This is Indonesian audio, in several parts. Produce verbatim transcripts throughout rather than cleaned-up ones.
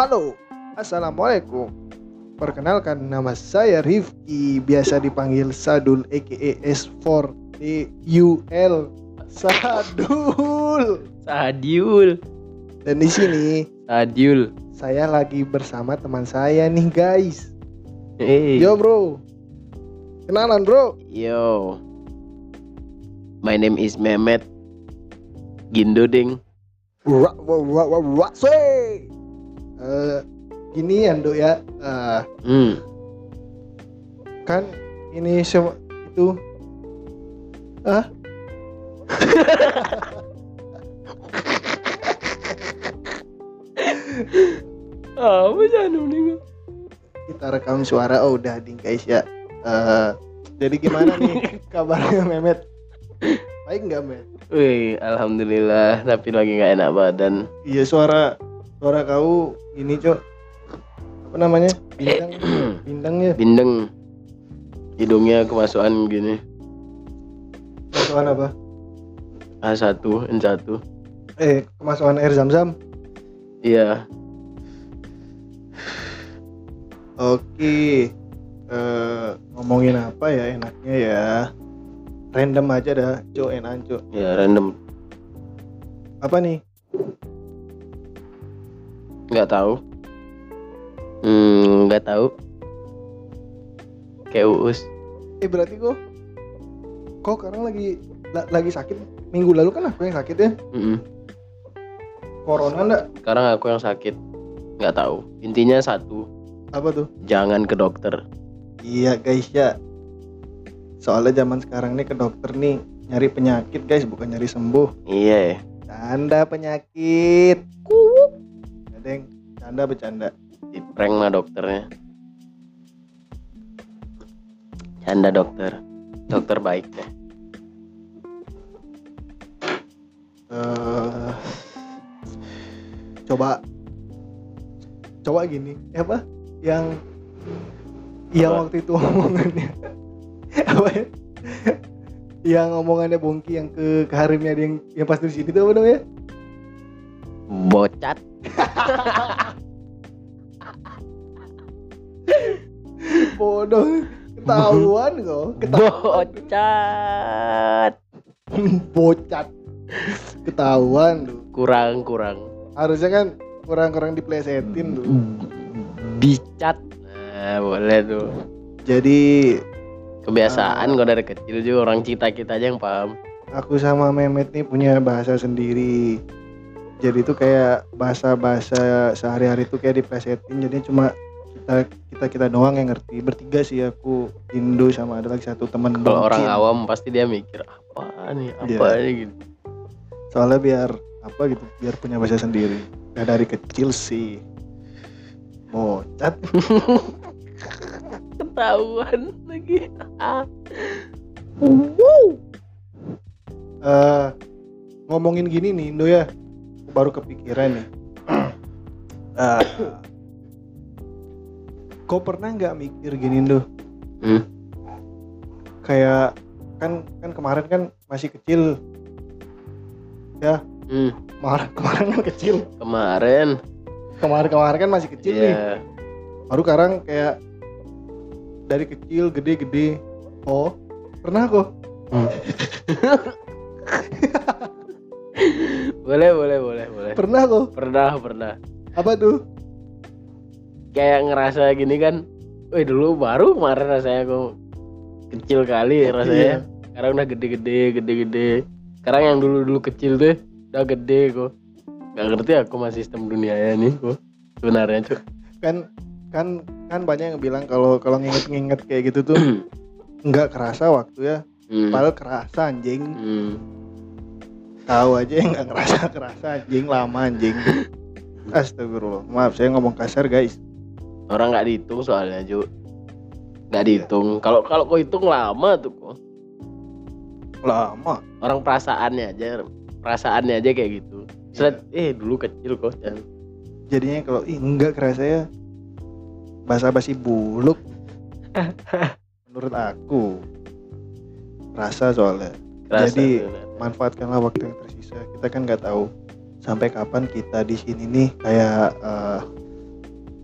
Halo, Assalamualaikum. Perkenalkan, nama saya Rifki, biasa dipanggil Sadul aka S four D U L Sadul. Sadiul. Dan di sini Sadiul. saya lagi bersama teman saya nih guys. Hey. Yo bro, kenalan bro. Yo. My name is Mehmet Gindoding. Wah wah wah wah wah say. Eh, gini ya Ndo ya. Eh, Hmm. kan ini semua itu ah Apa jangan nih? kita rekam suara. Oh udah ding guys ya. Eh, jadi gimana nih kabarnya Mehmet? Baik nggak Mehmet? Wih, alhamdulillah, tapi lagi nggak enak badan. Iya, suara suara kau ini cok, apa namanya, bintang bintangnya Bindeng. Hidungnya kemasukan gini. kemasukan apa? A satu, N satu. Eh, kemasukan air zam-zam. Iya. Oke, eh, ngomongin apa ya enaknya ya? Random aja dah, cok, enak cok. Ya random. Apa nih? Nggak tahu. Hmm, nggak tahu. Kayak Uus. Eh berarti kok, kok sekarang lagi la- lagi sakit. Minggu lalu kan aku yang sakit ya. Mm-mm. Corona enggak? Sekarang aku yang sakit. Nggak tahu. Intinya satu. Apa tuh? Jangan ke dokter. Iya guys ya. Soalnya zaman sekarang nih ke dokter nih nyari penyakit guys, bukan nyari sembuh. Iya. Canda penyakit. Kuuk. Adeng, canda bercanda. Di prank mah dokternya. Canda dokter. Dokter baik deh. Eh, coba, coba gini, eh, apa? Yang, yang Apa? waktu itu omongannya, apa ya? Yang omongannya Bongki yang ke ke Harimnya yang yang pas di sini tuh apa namanya? Bocat. Bodoh, ketahuan kok, ketahuan. Bocat. Bocat, ketahuan lu. Kurang kurang. Harusnya kan kurang-kurang diplesetin tuh. Bicat. Nah, boleh tuh. Jadi Kebiasaan Ah. kok dari kecil juga orang kita kita aja yang paham. aku sama Mehmet nih punya bahasa sendiri. Jadi itu kayak bahasa-bahasa sehari-hari tuh kayak diplesetin. Jadi cuma kita kita kita doang yang ngerti. Bertiga sih, aku, Indo, sama ada lagi satu teman. Kalau orang Bongkin. awam pasti dia mikir apa nih, apa Iya. nih gitu. Soalnya biar apa gitu, biar punya bahasa sendiri. Nah, dari kecil sih. Bocat. Ketahuan lagi. Ah. Eh, ngomongin gini nih Indo ya, aku baru kepikiran nih. Eh, kau pernah nggak mikir gini Indo? Hmm. Kayak kan kan kemarin kan masih kecil ya, Hmm. kemarin kemarin kan kecil, Kemarin. kemarin kemarin kan masih kecil nih. Iya. Baru sekarang kayak dari kecil gede-gede. Oh, pernah kok? Boleh, boleh, boleh, boleh. Pernah kok? Pernah, pernah. Apa tuh? Kayak ngerasa gini kan. Wih, dulu baru kemarin rasanya aku kecil kali rasanya. Iya. Sekarang udah gede-gede, gede-gede. Sekarang yang dulu-dulu kecil tuh udah gede kok. Gak ngerti aku sama sistem dunianya nih kok. Sebenarnya cuy. Kan kan kan banyak yang bilang kalau kalau nginget-nginget kayak gitu tuh nggak kerasa waktu ya. Hmm. Padahal kerasa anjing. Hmm. Tahu aja yang nggak kerasa kerasa anjing, lama anjing. Astagfirullah, maaf saya ngomong kasar guys. Orang nggak dihitung soalnya cuy. Nggak dihitung. Kalau kalau kau hitung lama tuh kok. Lama. Orang perasaannya aja, perasaannya aja kayak gitu. Set, eh dulu kecil kok. Dan Jadinya kalau ih nggak kerasa ya, basa-basi buluk. Menurut aku rasa soalnya. kerasa Jadi sebenarnya. manfaatkanlah waktu yang tersisa. Kita kan nggak tahu sampai kapan kita di sini nih, kayak uh,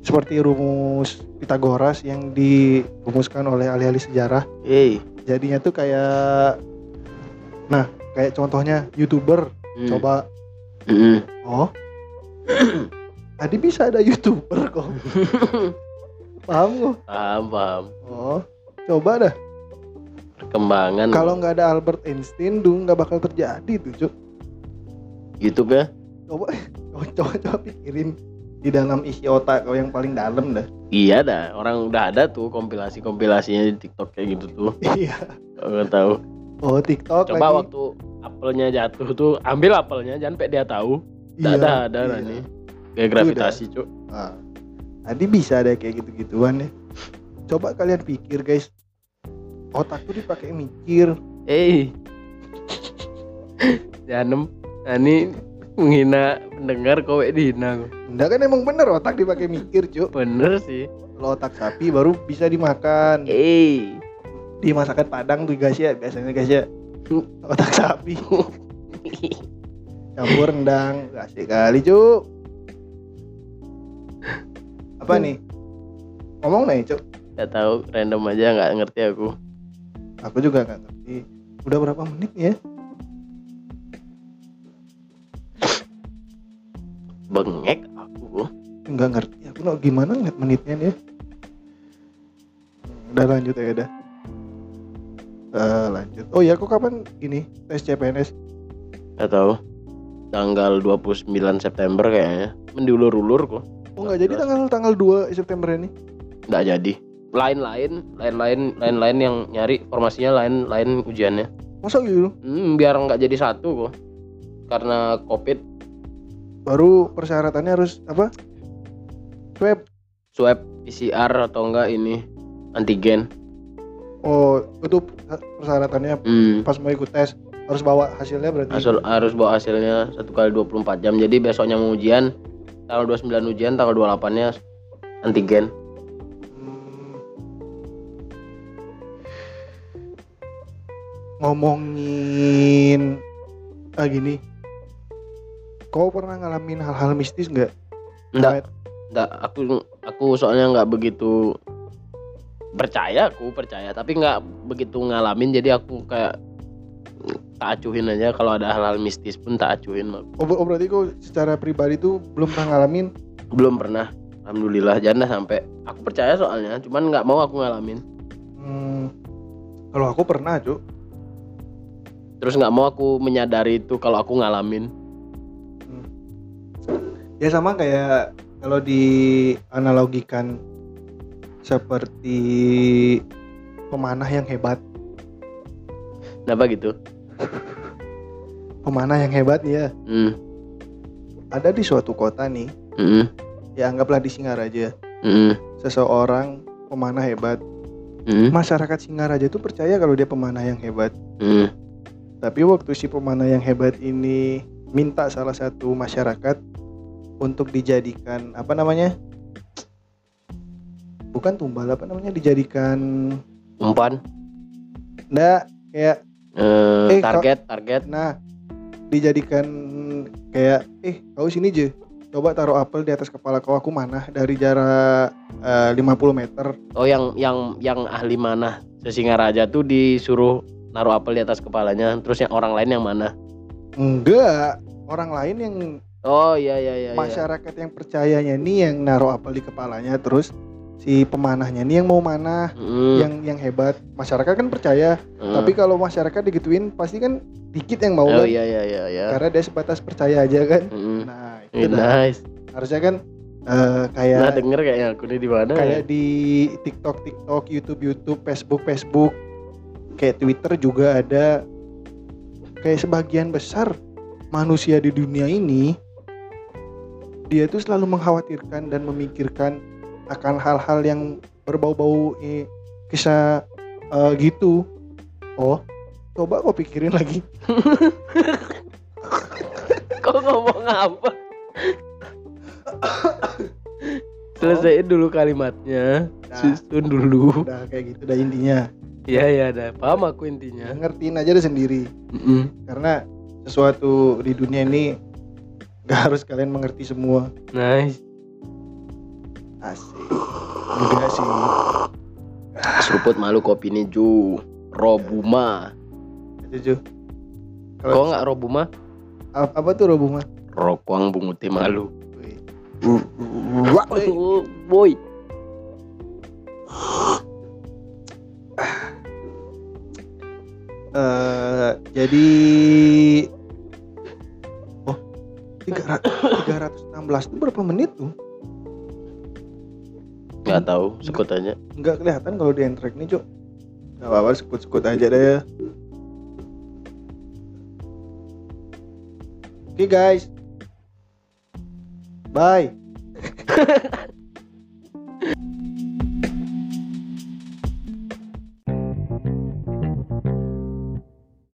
seperti rumus Pitagoras yang dirumuskan oleh ahli-ahli sejarah. Hey. Jadinya tuh kayak, nah kayak contohnya YouTuber, Hmm. coba, Mm-mm. oh, tadi bisa ada YouTuber kok, paham kok? Paham, paham. Oh, coba dah. Perkembangan Kalau nggak ada Albert Einstein, dulu nggak bakal terjadi tuh, Cuk. YouTube ya. Coba, coba, coba, coba pikirin di dalam isi otak kau yang paling dalam dah. Iya dah, orang udah ada tuh kompilasi-kompilasinya di TikTok kayak gitu tuh. Iya. Kalau nggak tahu. Oh, TikTok Coba lagi. waktu apelnya jatuh tuh, ambil apelnya, jangan sampai dia tahu. Tidak Iya, ada, ada iya. lah nih. Kayak gravitasi, Cuk. Nah, tadi bisa ada kayak gitu-gituan ya. Coba kalian pikir guys, otak tuh dipakai mikir. Eh, jangan, nah, ini menghina pendengar, kowe dihina. Enggak kan emang bener otak dipakai mikir, Cuk. Bener sih. Kalau otak sapi baru bisa dimakan. Eh, Di masakan Padang tuh guys ya, biasanya guys ya. Otak sapi campur rendang, asik kali, Cuk. Apa nih? Ngomong nih, Cuk. nggak tahu, random aja, nggak ngerti aku. Aku juga nggak ngerti. Udah berapa menit ya? Bengek aku. Nggak ngerti. Aku nggak gimana ngeliat menitnya nih. Udah lanjut ya udah. Uh, lanjut. Oh ya, aku kapan ini tes C P N S? Nggak tahu. Tanggal dua puluh sembilan September kayaknya. Mendiulur-ulur kok. Oh nggak jadi tanggal tanggal dua September ini? Nggak jadi. Lain-lain, lain-lain, lain-lain yang nyari formasinya lain-lain ujiannya. Masa gitu? Hmm, biar nggak jadi satu kok. Karena COVID, Baru persyaratannya harus apa? Swab. swab P C R atau enggak ini antigen. Oh itu persyaratannya Hmm. pas mau ikut tes harus bawa hasilnya berarti. Asal harus bawa hasilnya satu kali dua puluh empat jam. Jadi besoknya mau ujian, tanggal dua puluh sembilan ujian, tanggal dua puluh delapan-nya antigen. Hmm. Ngomongin ah gini, kau pernah ngalamin hal-hal mistis nggak? Enggak, enggak. Aku aku soalnya nggak begitu percaya. Aku percaya, tapi nggak begitu ngalamin. Jadi aku kayak tak acuhin aja. Kalau ada hal-hal mistis pun tak acuhin. Oh, oh berarti kau secara pribadi tuh belum pernah ngalamin? Belum pernah. Alhamdulillah, jangan sampai. Aku percaya soalnya, cuman nggak mau aku ngalamin. Hmm, kalau aku pernah, Cuk. Terus nggak mau aku menyadari itu kalau aku ngalamin. Ya sama kayak kalau dianalogikan seperti pemanah yang hebat. Kenapa gitu? Pemanah yang hebat ya. Hmm. Ada di suatu kota nih, Hmm. ya anggaplah di Singaraja. Hmm. Seseorang pemanah hebat. Hmm. Masyarakat Singaraja tuh percaya kalau dia pemanah yang hebat. Hmm. Tapi waktu si pemanah yang hebat ini minta salah satu masyarakat untuk dijadikan apa namanya? Bukan tumbal, apa namanya? Dijadikan Umpan. enggak kayak Eh, Eh, target, target. nah dijadikan kayak eh kau sini je. Coba taruh apel di atas kepala kau, aku manah dari jarak eh, lima puluh meter. Oh, yang yang yang ahli manah Sesingaraja tuh disuruh naruh apel di atas kepalanya. Terus yang orang lain yang mana? Enggak, orang lain yang Oh iya iya iya. iya. masyarakat yang percayanya nih yang naruh apel di kepalanya, terus si pemanahnya nih yang mau manah, Mm, yang yang hebat. Masyarakat kan percaya, mm. tapi kalau masyarakat digituin pasti kan dikit yang mau Oh kan, iya iya iya iya. karena dia sebatas percaya aja kan. Mm. Nah Eh, itu dah. nice. Harusnya kan eh, kayak Nah denger kayaknya aku nih di mana? kayak ya? di TikTok TikTok, YouTube YouTube, Facebook Facebook, kayak Twitter juga ada. Kayak sebagian besar manusia di dunia ini, dia tuh selalu mengkhawatirkan dan memikirkan akan hal-hal yang berbau-bau eh, kisah eh, gitu. Oh, coba kau pikirin lagi. Kok ngomong apa? Selesaiin dulu kalimatnya. Nah. Susun dulu. Udah kayak gitu dah intinya. Iya iya dah. Paham aku intinya. Ngertiin aja deh sendiri. Mm-mm. Karena sesuatu di dunia ini gak harus kalian mengerti semua. Nice. Asik. Enggak sih. Seruput malu kopi nih Ju. Robuma. Itu Ju. Kok nggak Robuma? Apa, apa tuh Robuma? Rokwang bunguti malu. Wah, Boy. Uh, jadi oh tiga ratus enam belas itu berapa menit tuh? Nggak tahu, sekut aja. Nggak kelihatan kalau di end track nih, Cuk. Nggak apa-apa, sekut-sekut aja deh ya. Oke okay, guys, bye.